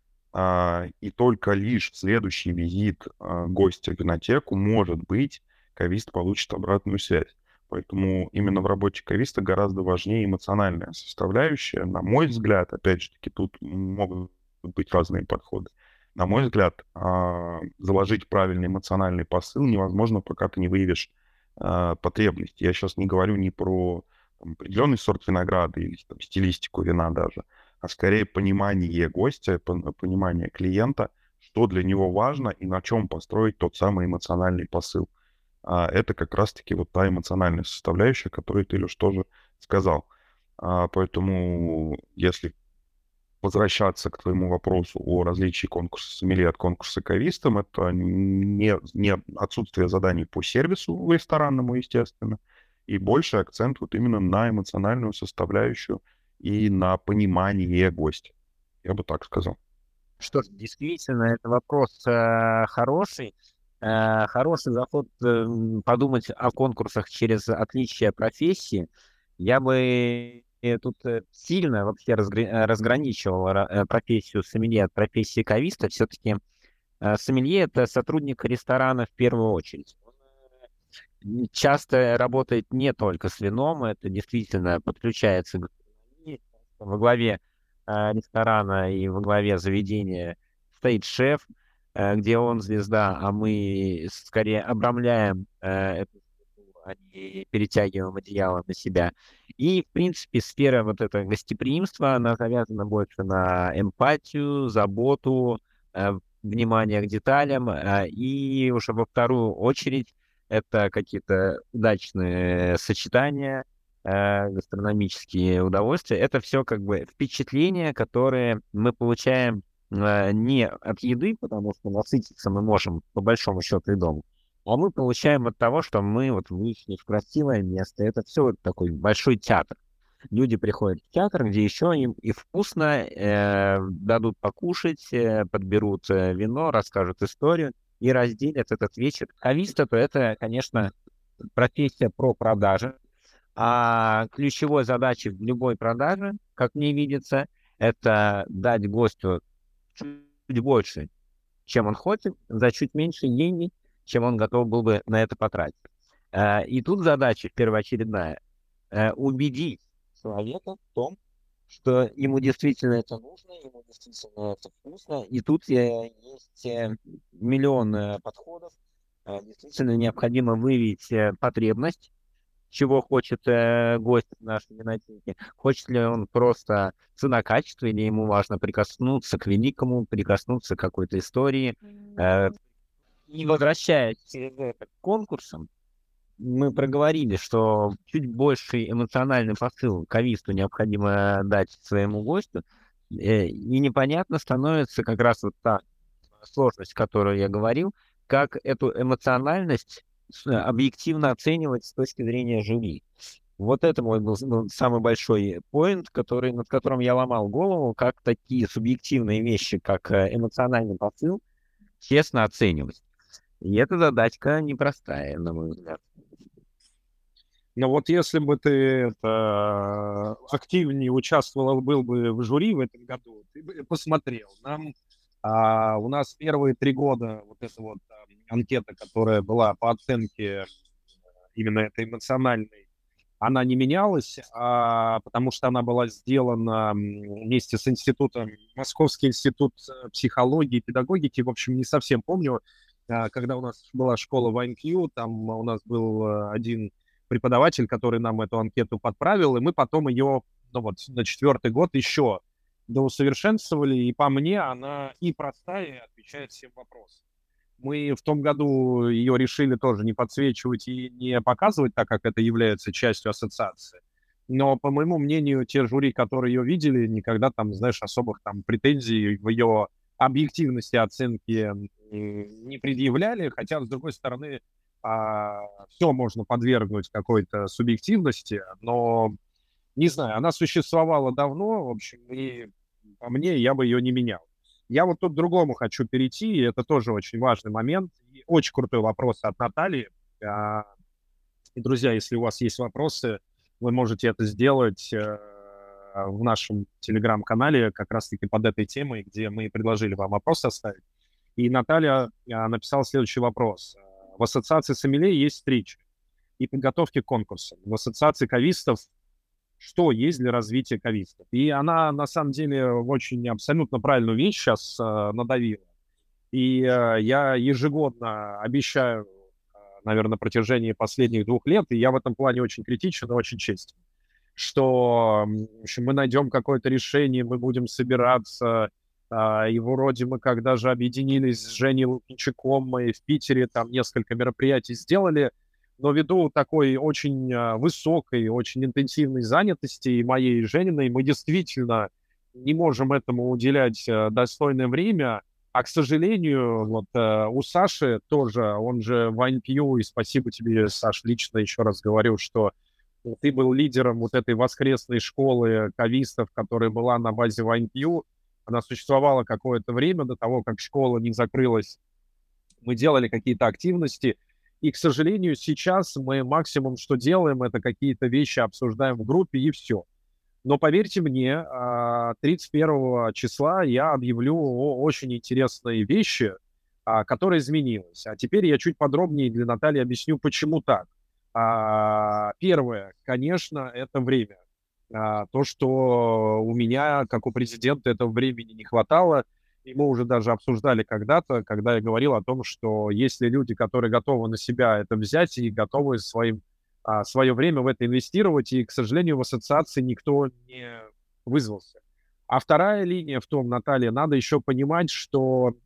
И только лишь в следующий визит гостя в винотеку, может быть, кавист получит обратную связь. Поэтому именно в работе кависта гораздо важнее эмоциональная составляющая. На мой взгляд, опять же таки, тут могут быть разные подходы. На мой взгляд, заложить правильный эмоциональный посыл невозможно, пока ты не выявишь потребность. Я сейчас не говорю ни про там, определенный сорт винограда или там, стилистику вина даже, а скорее понимание гостя, понимание клиента, что для него важно и на чем построить тот самый эмоциональный посыл. Это как раз-таки вот та эмоциональная составляющая, которую ты, Леш, тоже сказал. Поэтому, если возвращаться к твоему вопросу о различии конкурса сомелье от конкурса кавистом, это не отсутствие заданий по сервису ресторанному, естественно, и больше акцент вот именно на эмоциональную составляющую и на понимание гостя. Я бы так сказал. Что ж, действительно, это вопрос хороший. Хороший заход подумать о конкурсах через отличие профессии. Я бы тут сильно вообще разграничивал профессию сомелье от профессии кависта. Все-таки сомелье — это сотрудник ресторана в первую очередь. Он часто работает не только с вином, это действительно подключается к гастрономии. Во главе ресторана и во главе заведения стоит шеф, где он звезда, а мы скорее обрамляем эту звезду, а не перетягиваем одеяло на себя. И, в принципе, сфера вот этого гостеприимства, она завязана больше на эмпатию, заботу, внимание к деталям, и уже во вторую очередь это какие-то удачные сочетания, гастрономические удовольствия. Это все как бы впечатления, которые мы получаем не от еды, потому что насытиться мы можем по большому счету и дома, а мы получаем от того, что мы вот вышли в красивое место. Это все вот такой большой театр. Люди приходят в театр, где еще им и вкусно, дадут покушать, подберут вино, расскажут историю и разделят этот вечер. Кавист — это, конечно, профессия про продажи. А ключевой задачей в любой продаже, как мне видится, это дать гостю чуть больше, чем он хочет, за чуть меньше денег, чем он готов был бы на это потратить. И тут задача первоочередная — убедить человека в том, что ему действительно это нужно, ему действительно это вкусно. И тут есть миллион подходов. Действительно необходимо выявить потребность, чего хочет гость в нашей винотеке. Хочет ли он просто цена-качество, или ему важно прикоснуться к великому, прикоснуться к какой-то истории. И возвращаясь через это к конкурсам, мы проговорили, что чуть больший эмоциональный посыл кависту необходимо дать своему гостю, и непонятно становится как раз вот та сложность, которую я говорил, как эту эмоциональность объективно оценивать с точки зрения жюри. Вот это мой был самый большой поинт, над которым я ломал голову, как такие субъективные вещи, как эмоциональный посыл, честно оценивать. И эта задачка непростая, на мой взгляд. Но вот если бы ты активнее участвовал, был бы в жюри в этом году, ты бы посмотрел. У нас первые 3 года вот эта вот анкета, которая была по оценке именно этой эмоциональной она не менялась, потому что она была сделана вместе с институтом, Московский институт психологии и педагогики, в общем, не совсем помню, когда у нас была школа в INQ, там у нас был один преподаватель, который нам эту анкету подправил, и мы потом ее, ну вот, на 4-й год еще доусовершенствовали, и по мне она и простая, и отвечает всем вопросам. Мы в том году ее решили тоже не подсвечивать и не показывать, так как это является частью ассоциации. Но, по моему мнению, те жюри, которые ее видели, никогда там, знаешь, особых там претензий в ее объективности оценки не предъявляли. Хотя, с другой стороны, все можно подвергнуть какой-то субъективности, но, не знаю, она существовала давно, в общем, и по мне я бы ее не менял. Я вот тут к другому хочу перейти, и это тоже очень важный момент. И очень крутой вопрос от Натальи. И, друзья, если у вас есть вопросы, вы можете это сделать в нашем телеграм-канале как раз-таки под этой темой, где мы предложили вам вопрос оставить. И Наталья написала следующий вопрос. В ассоциации сомелье есть встречи и подготовки к конкурсам. В ассоциации кавистов что есть для развития кавистов. И она, на самом деле, очень абсолютно правильную вещь сейчас надавила. И я ежегодно обещаю, наверное, на протяжении последних 2 лет, и я в этом плане очень критичен и очень честен, что, в общем, мы найдем какое-то решение, мы будем собираться, и вроде мы, когда же объединились с Женей Лукинчаком, мы в Питере там несколько мероприятий сделали, но ввиду такой очень высокой, очень интенсивной занятости и моей, и Жениной, мы действительно не можем этому уделять достойное время. А, к сожалению, вот у Саши тоже, он же в INPU, и спасибо тебе, Саш, лично еще раз говорю, что ты был лидером вот этой воскресной школы кавистов, которая была на базе INPU. Она существовала какое-то время до того, как школа не закрылась. Мы делали какие-то активности. И, к сожалению, сейчас мы максимум, что делаем, это какие-то вещи обсуждаем в группе, и все. Но поверьте мне, 31 числа я объявлю очень интересные вещи, которые изменились. А теперь я чуть подробнее для Натальи объясню, почему так. Первое, конечно, это время. То, что у меня, как у президента, этого времени не хватало, и мы уже даже обсуждали когда-то, когда я говорил о том, что есть ли люди, которые готовы на себя это взять и готовы свое время в это инвестировать, и, к сожалению, в ассоциации никто не вызвался. А вторая линия в том, Наталья, надо еще понимать, что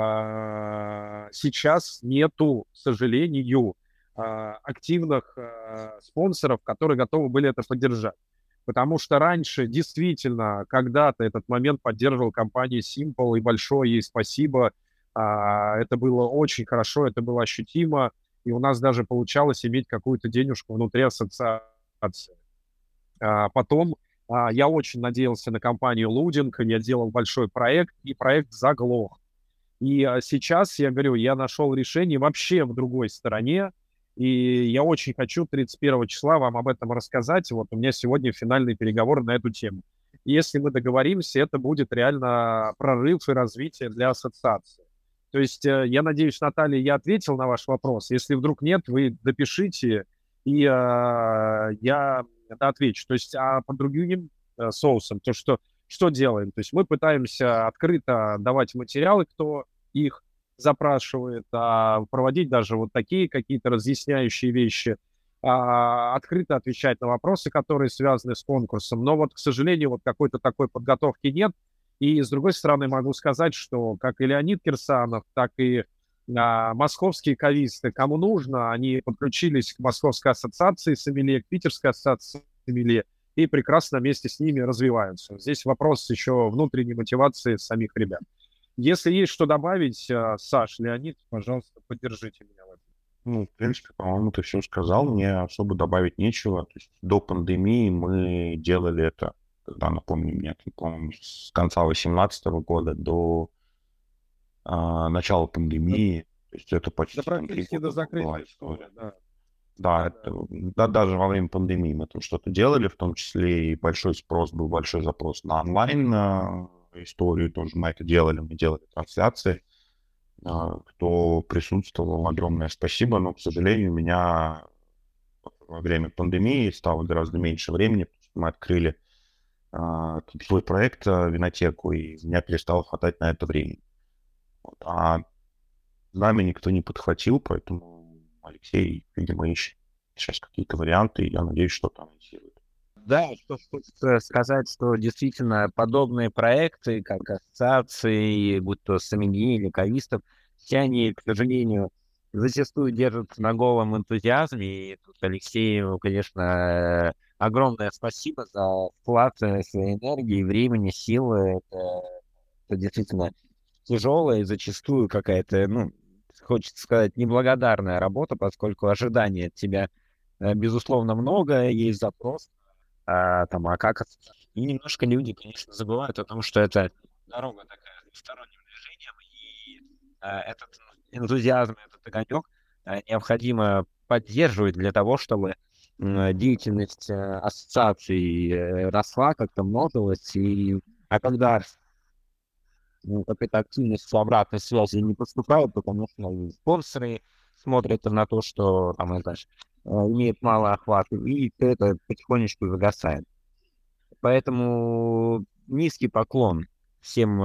сейчас нету, к сожалению, активных спонсоров, которые готовы были это поддержать. Потому что раньше действительно когда-то этот момент поддерживал компания Simple, и большое ей спасибо. Это было очень хорошо, это было ощутимо, и у нас даже получалось иметь какую-то денежку внутри ассоциации. Потом я очень надеялся на компанию Лудинг, я делал большой проект, и проект заглох. И сейчас, я говорю, я нашел решение вообще в другой стороне, и я очень хочу 31 числа вам об этом рассказать. Вот у меня сегодня финальный переговор на эту тему. Если мы договоримся, это будет реально прорыв и развитие для ассоциации. То есть я надеюсь, Наталья, я ответил на ваш вопрос. Если вдруг нет, вы допишите, и я отвечу. То есть по другим соусам, то что делаем? То есть мы пытаемся открыто давать материалы, кто их запрашивает, проводить даже вот такие какие-то разъясняющие вещи, открыто отвечать на вопросы, которые связаны с конкурсом. Но вот, к сожалению, вот какой-то такой подготовки нет. И, с другой стороны, могу сказать, что как и Леонид Кирсанов, так и московские кависты, кому нужно, они подключились к Московской ассоциации сомелье, к Питерской ассоциации сомелье, и прекрасно вместе с ними развиваются. Здесь вопрос еще внутренней мотивации самих ребят. Если есть что добавить, Саш, Леонид, пожалуйста, поддержите меня в этом. Ну, в принципе, по-моему, ты все сказал, мне особо добавить нечего. То есть до пандемии мы делали это, когда, напомню мне, по-моему, с конца 2018 года до начала пандемии. То есть это почти Да, практически до закрытия школы, да. Да, даже во время пандемии мы там что-то делали, в том числе и большой спрос был, большой запрос на онлайн историю тоже мы это делали, мы делали трансляции. Кто присутствовал, огромное спасибо, но, к сожалению, меня во время пандемии стало гораздо меньше времени, потому что мы открыли свой проект, винотеку, и у меня перестало хватать на это времени. Вот. А знамя никто не подхватил, поэтому Алексей, видимо, ищет сейчас какие-то варианты, и я надеюсь, что-то анонсирует. Да, что хочется сказать, что действительно подобные проекты, как ассоциации, будь то сомелье или кавистов, все они, к сожалению, зачастую держатся на голом энтузиазме. И тут Алексею, конечно, огромное спасибо за вклад своей энергии, времени, силы. Это действительно тяжелая и зачастую какая-то, ну, хочется сказать, неблагодарная работа, поскольку ожиданий от тебя, безусловно, много, есть запрос. А как и немножко люди, конечно, забывают о том, что это дорога такая с двусторонним движением, и этот энтузиазм, этот огонек необходимо поддерживать для того, чтобы деятельность ассоциации росла, как-то множилась, когда какая-то активность обратной связи не поступает, то, конечно, и спонсоры смотрят на то, что там это имеет мало охвата, и это потихонечку загасает. Поэтому низкий поклон всем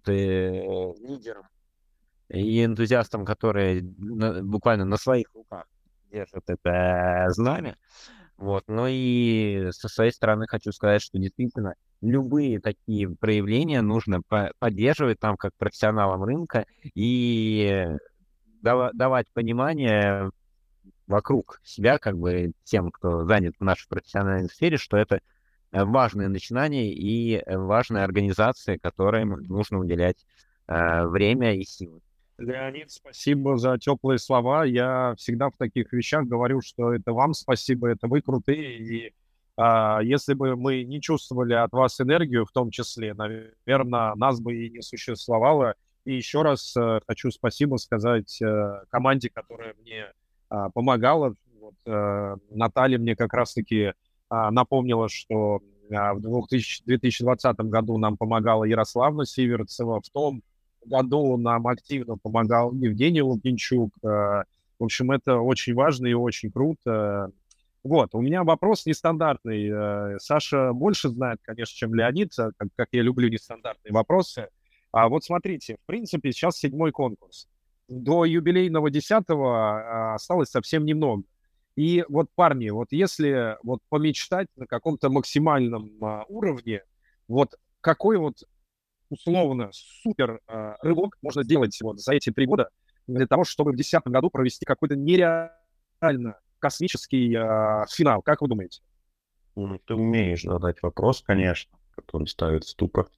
лидерам и энтузиастам, которые буквально на своих руках держат это знамя. Вот. Ну и со своей стороны хочу сказать, что действительно любые такие проявления нужно поддерживать там как профессионалам рынка и давать понимание вокруг себя, как бы тем, кто занят в нашей профессиональной сфере, что это важное начинание и важная организация, которой нужно уделять время и силы. Леонид, спасибо за теплые слова. Я всегда в таких вещах говорю, что это вам спасибо, это вы крутые. И если бы мы не чувствовали от вас энергию, в том числе, наверное, нас бы и не существовало. И еще раз хочу спасибо сказать команде, которая мне помогала. Вот, Наталья мне как раз-таки напомнила, что в 2020 году нам помогала Ярославна Сиверцева, в том году нам активно помогал Евгений Лукинчук. В общем, это очень важно и очень круто. Вот, у меня вопрос нестандартный. Саша больше знает, конечно, чем Леонид, как я люблю нестандартные вопросы. А вот смотрите, в принципе, сейчас 7-й конкурс. До юбилейного 10-го осталось совсем немного. И вот, парни, вот если вот помечтать на каком-то максимальном уровне, вот какой вот условно супер рывок можно сделать вот за эти 3 года для того, чтобы в 2010 году провести какой-то нереально космический финал. Как вы думаете? Ну, ты умеешь задать вопрос, конечно, который ставит в ступор.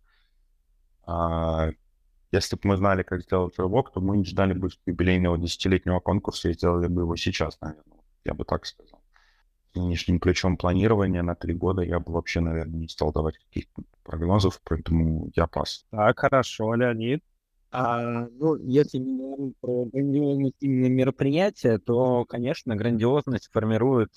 Если бы мы знали, как сделать рывок, то мы не ждали бы юбилейного 10-летнего конкурса и сделали бы его сейчас, наверное. Я бы так сказал. С нынешним ключом планирования на 3 года я бы вообще, наверное, не стал давать каких-то прогнозов, поэтому я пас. Так, хорошо, Леонид. Если мы говорим про грандиозность именно мероприятия, то, конечно, грандиозность формирует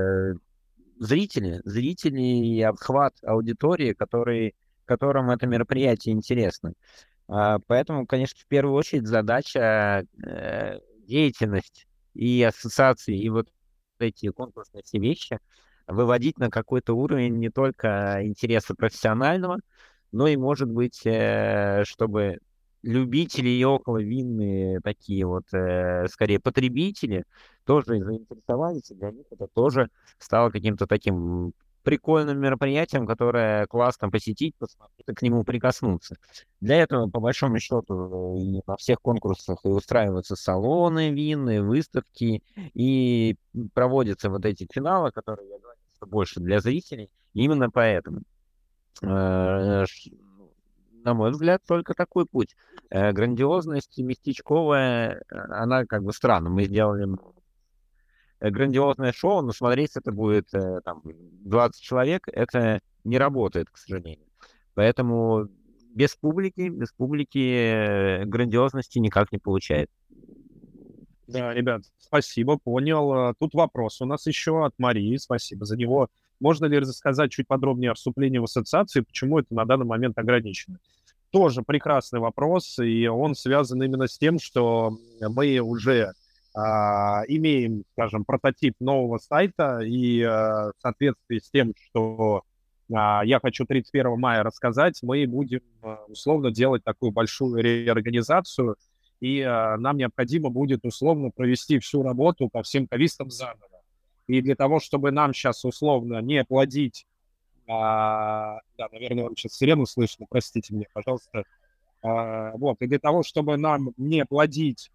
зрители и обхват аудитории, которым это мероприятие интересно. Поэтому, конечно, в первую очередь задача деятельность и ассоциации, и вот эти конкурсные все вещи выводить на какой-то уровень не только интереса профессионального, но и, может быть, чтобы любители и околовинные такие вот, скорее, потребители тоже заинтересовались, и для них это тоже стало каким-то таким прикольным мероприятием, которое классно посетить, посмотреть, к нему прикоснуться. Для этого, по большому счету, и на всех конкурсах и устраиваются салоны винные, выставки, и проводятся вот эти финалы, которые, я говорю, что больше для зрителей. И именно поэтому, на мой взгляд, только такой путь. Грандиозность местечковая, она как бы странна. Мы сделали грандиозное шоу, но смотреть это будет там 20 человек, это не работает, к сожалению. Поэтому без публики грандиозности никак не получается. Да, ребят, спасибо, понял. Тут вопрос у нас еще от Марии, спасибо за него. Можно ли рассказать чуть подробнее о вступлении в ассоциацию, почему это на данный момент ограничено? Тоже прекрасный вопрос, и он связан именно с тем, что мы уже имеем, скажем, прототип нового сайта, и в соответствии с тем, что я хочу 31 мая рассказать, мы будем условно делать такую большую реорганизацию, и нам необходимо будет условно провести всю работу по всем ковистам заново. И для того, чтобы нам сейчас условно не плодить, да, наверное, вам сейчас сирену слышно, простите меня, пожалуйста. Вот, и для того, чтобы нам не плодить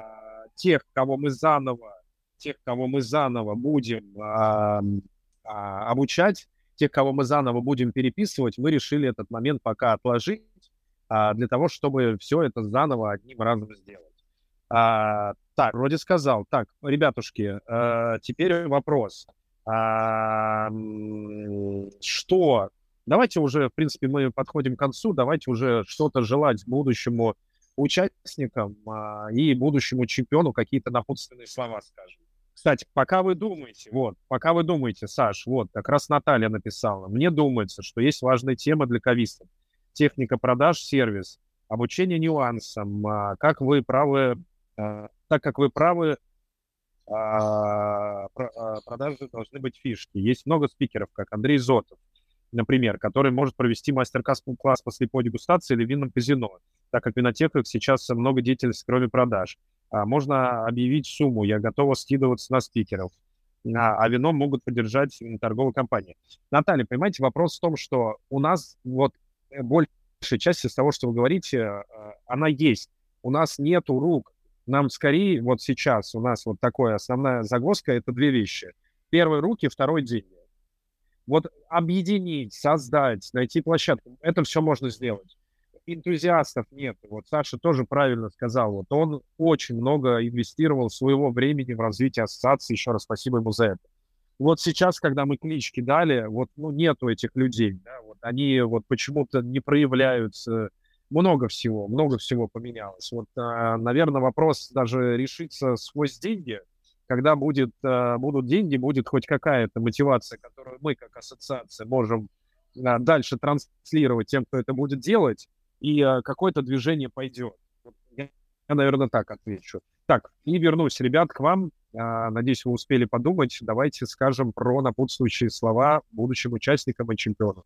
тех, кого мы заново будем обучать, тех, кого мы заново будем переписывать, мы решили этот момент пока отложить, для того, чтобы все это заново одним разом сделать. Так, вроде сказал. Так, ребятушки, теперь вопрос. Что? Давайте уже, в принципе, мы подходим к концу, давайте уже что-то желать будущему участникам и будущему чемпиону, какие-то напутственные слова скажем. Кстати, пока вы думаете, Саш, вот, как раз Наталья написала, мне думается, что есть важная тема для ковистов. Техника продаж, сервис, обучение нюансам, так как вы правы, продажи должны быть фишки. Есть много спикеров, как Андрей Зотов, например, который может провести мастер-класс по слепой дегустации или винном казино, так как в винотеках сейчас много деятельности, кроме продаж. Можно объявить сумму, я готова скидываться на спикеров, а вино могут поддержать торговые компании. Наталья, понимаете, вопрос в том, что у нас вот большая часть из того, что вы говорите, она есть. У нас нету рук. Нам скорее вот сейчас у нас вот такая основная загвоздка — это две вещи. Первый — руки, второй — деньги. Вот объединить, создать, найти площадку, это все можно сделать. Энтузиастов нет. Вот Саша тоже правильно сказал. Вот он очень много инвестировал своего времени в развитие ассоциации. Еще раз спасибо ему за это. Вот сейчас, когда мы клички дали, вот нету этих людей. Да, вот они вот почему-то не проявляются. Много всего поменялось. Вот, наверное, вопрос даже решится сквозь деньги. Когда будут деньги, будет хоть какая-то мотивация, которую мы, как ассоциация, можем дальше транслировать тем, кто это будет делать, и какое-то движение пойдет. Вот я, наверное, так отвечу. Так, и вернусь, ребят, к вам. Надеюсь, вы успели подумать. Давайте скажем про напутствующие слова будущим участникам и чемпионам.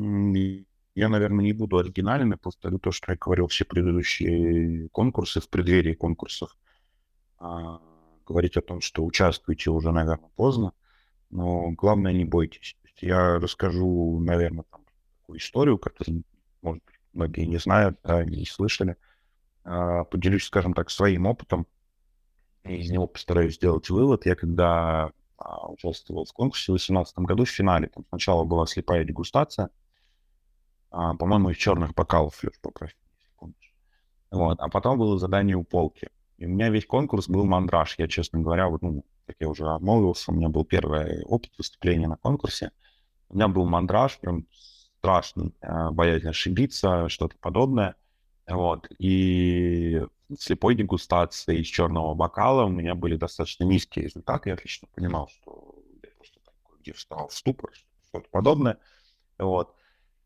Я, наверное, не буду оригинальным, повторю то, что я говорил все предыдущие конкурсы, в преддверии конкурсов. Говорить о том, что участвуйте, уже, наверное, поздно, но главное, не бойтесь. Я расскажу, наверное, там, такую историю, которую, может быть, многие не знают, да, не слышали. Поделюсь, скажем так, своим опытом, и из него постараюсь сделать вывод. Я когда участвовал в конкурсе в 2018 году в финале, там сначала была слепая дегустация, по-моему, из черных бокалов, Леш, поправь, если помнишь. Вот. А потом было задание у полки. И у меня весь конкурс был мандраж. Я, честно говоря, вот, как я уже обмолвился, у меня был первый опыт выступления на конкурсе. У меня был мандраж, прям страшный, боязнь ошибиться, что-то подобное. Вот. И в слепой дегустации из черного бокала у меня были достаточно низкие результаты. Я отлично понимал, что я просто где встал в ступор, что-то подобное. Вот.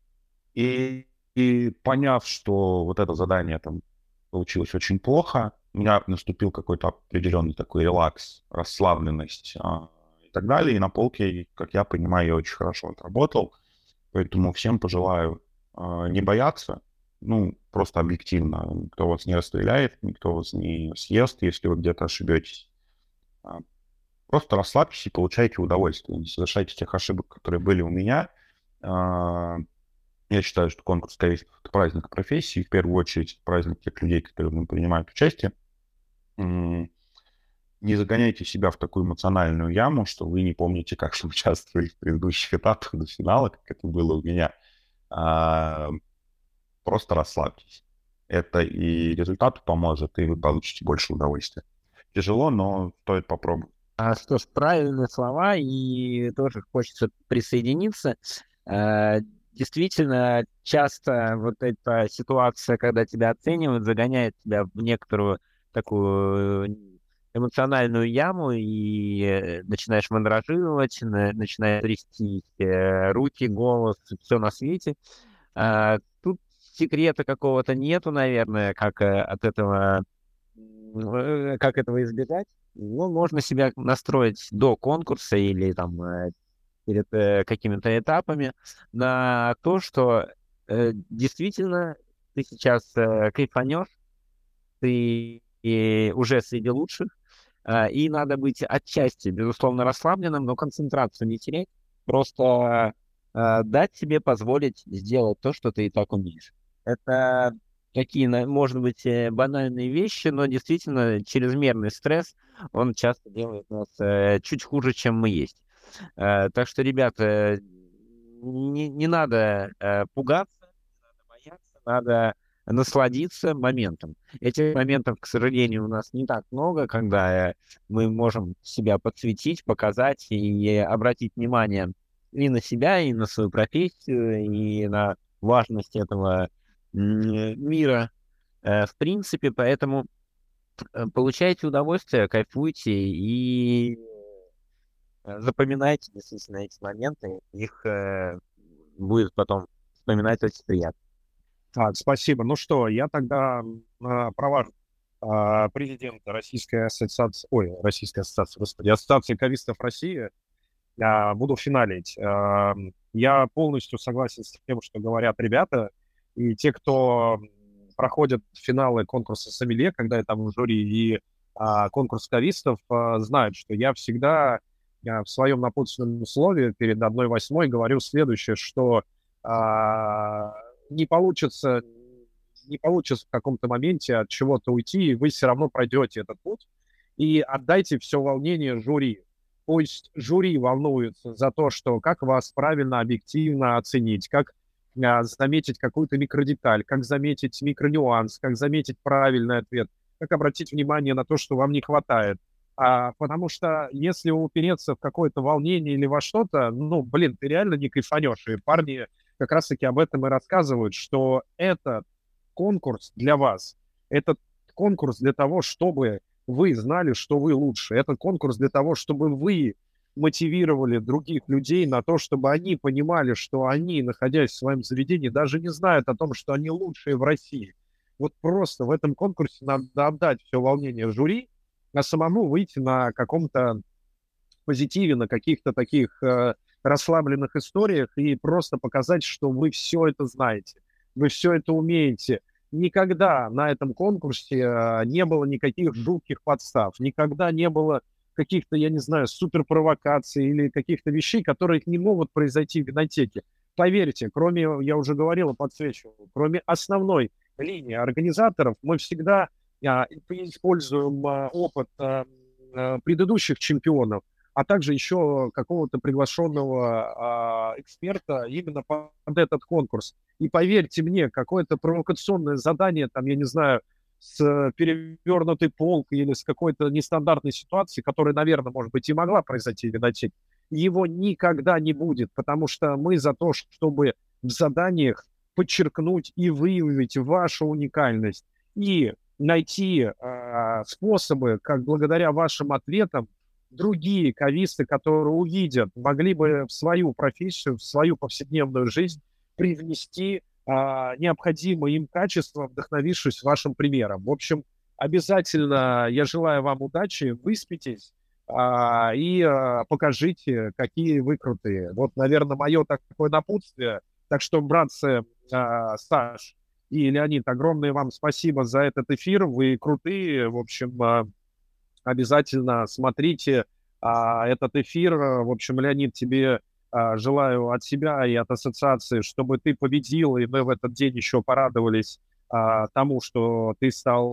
И поняв, что вот это задание там получилось очень плохо, у меня наступил какой-то определенный такой релакс, расслабленность и так далее. И на полке, как я понимаю, я очень хорошо отработал. Поэтому всем пожелаю не бояться, просто объективно. Никто вас не расстреляет, никто вас не съест, если вы где-то ошибетесь. Просто расслабьтесь и получайте удовольствие. Не совершайте тех ошибок, которые были у меня. Я считаю, что конкурс ковистов — это праздник профессии, в первую очередь праздник тех людей, которые в нем принимают участие. Не загоняйте себя в такую эмоциональную яму, что вы не помните, как вы участвовали в предыдущих этапах до финала, как это было у меня. Просто расслабьтесь. Это и результату поможет, и вы получите больше удовольствия. Тяжело, но стоит попробовать. Что ж, правильные слова, и тоже хочется присоединиться. Действительно, часто вот эта ситуация, когда тебя оценивают, загоняет тебя в некоторую такую эмоциональную яму, и начинаешь мандражировать, начинаешь трясти руки, голос, все на свете. Тут секрета какого-то нету, наверное, как от этого как этого избежать? Ну, можно себя настроить до конкурса или там перед какими-то этапами на то, что действительно ты сейчас кайфанешь, ты уже среди лучших, и надо быть отчасти, безусловно, расслабленным, но концентрацию не терять, просто дать себе позволить сделать то, что ты и так умеешь. Это такие, может быть, банальные вещи, но действительно чрезмерный стресс, он часто делает нас чуть хуже, чем мы есть. Так что, ребята, не надо пугаться, не надо бояться, надо насладиться моментом. Этих моментов, к сожалению, у нас не так много, когда мы можем себя подсветить, показать и обратить внимание и на себя, и на свою профессию, и на важность этого мира в принципе. Поэтому получайте удовольствие, кайфуйте и запоминайте действительно эти моменты. Их будет потом вспоминать очень приятно. Так, спасибо. Ну что, я тогда провожу президента Российской ассоциации, господи, Ассоциации кавистов России. Буду финалить. Я полностью согласен с тем, что говорят ребята, и те, кто проходят финалы конкурса сомелье, когда я там в жюри, и конкурс кавистов, знают, что я всегда в своем напутственном слове перед 1/8 говорю следующее, что не получится в каком-то моменте от чего-то уйти, и вы все равно пройдете этот путь, и отдайте все волнение жюри. То есть жюри волнуется за то, что как вас правильно, объективно оценить, как заметить какую-то микродеталь, как заметить микронюанс, как заметить правильный ответ, как обратить внимание на то, что вам не хватает. Потому что если упереться в какое-то волнение или во что-то, ну, блин, ты реально не кайфанешь. И парни как раз-таки об этом и рассказывают, что это конкурс для вас. Это конкурс для того, чтобы вы знали, что вы лучше. Это конкурс для того, чтобы вы мотивировали других людей на то, чтобы они понимали, что они, находясь в своем заведении, даже не знают о том, что они лучшие в России. Вот просто в этом конкурсе надо отдать все волнение жюри, а самому выйти на каком-то позитиве, на каких-то таких расслабленных историях и просто показать, что вы все это знаете, вы все это умеете. Никогда на этом конкурсе не было никаких жутких подстав, никогда не было каких-то, я не знаю, суперпровокаций или каких-то вещей, которые не могут произойти в винотеке. Поверьте, кроме, я уже говорил и подсвечивал, кроме основной линии организаторов, мы всегда используем опыт предыдущих чемпионов, а также еще какого-то приглашенного эксперта именно под этот конкурс. И поверьте мне, какое-то провокационное задание, там, я не знаю, с перевернутой полкой или с какой-то нестандартной ситуацией, которая, наверное, может быть, и могла произойти в винотеке, его никогда не будет, потому что мы за то, чтобы в заданиях подчеркнуть и выявить вашу уникальность и найти способы, как благодаря вашим ответам другие кависты, которые увидят, могли бы в свою профессию, в свою повседневную жизнь привнести необходимые им качества, вдохновившись вашим примером. В общем, обязательно я желаю вам удачи, выспитесь и покажите, какие вы крутые. Вот, наверное, мое такое напутствие. Так что, братцы, Саш и Леонид, огромное вам спасибо за этот эфир. Вы крутые. В общем, обязательно смотрите этот эфир. В общем, Леонид, тебе желаю от себя и от ассоциации, чтобы ты победил, и мы в этот день еще порадовались тому, что ты стал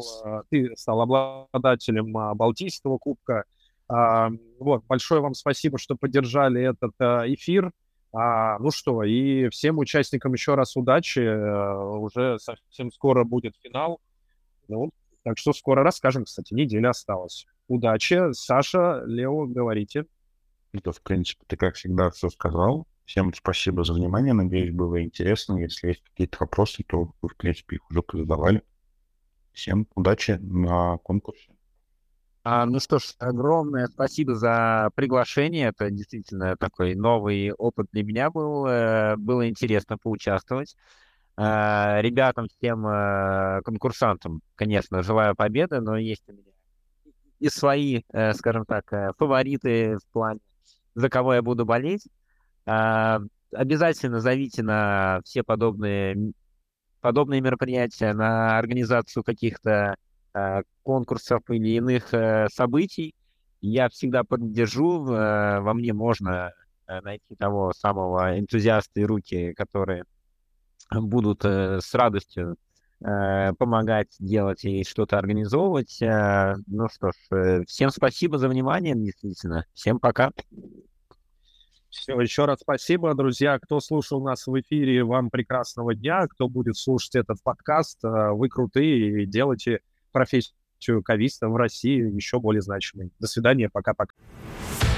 обладателем Балтийского кубка. Вот, большое вам спасибо, что поддержали этот эфир. Ну что, и всем участникам еще раз удачи. Уже совсем скоро будет финал. Ну, так что скоро расскажем, кстати, неделя осталась. Удачи. Саша, Лео, говорите. Это, в принципе, ты, как всегда, все сказал. Всем спасибо за внимание. Надеюсь, было интересно. Если есть какие-то вопросы, то вы, в принципе, их уже задавали. Всем удачи на конкурсе. Ну что ж, огромное спасибо за приглашение. Это действительно такой новый опыт для меня был. Было интересно поучаствовать. Ребятам, всем конкурсантам, конечно, желаю победы, но есть у меня и свои, скажем так, фавориты в плане, за кого я буду болеть. Обязательно зовите на все подобные мероприятия, на организацию каких-то конкурсов или иных событий. Я всегда поддержу. Во мне можно найти того самого энтузиаста и руки, которые будут с радостью помогать делать и что-то организовывать. Ну что ж, всем спасибо за внимание, действительно. Всем пока. Все, еще раз спасибо, друзья. Кто слушал нас в эфире, вам прекрасного дня. Кто будет слушать этот подкаст, вы крутые и делайте профессию кависта в России еще более значимой. До свидания, пока-пока.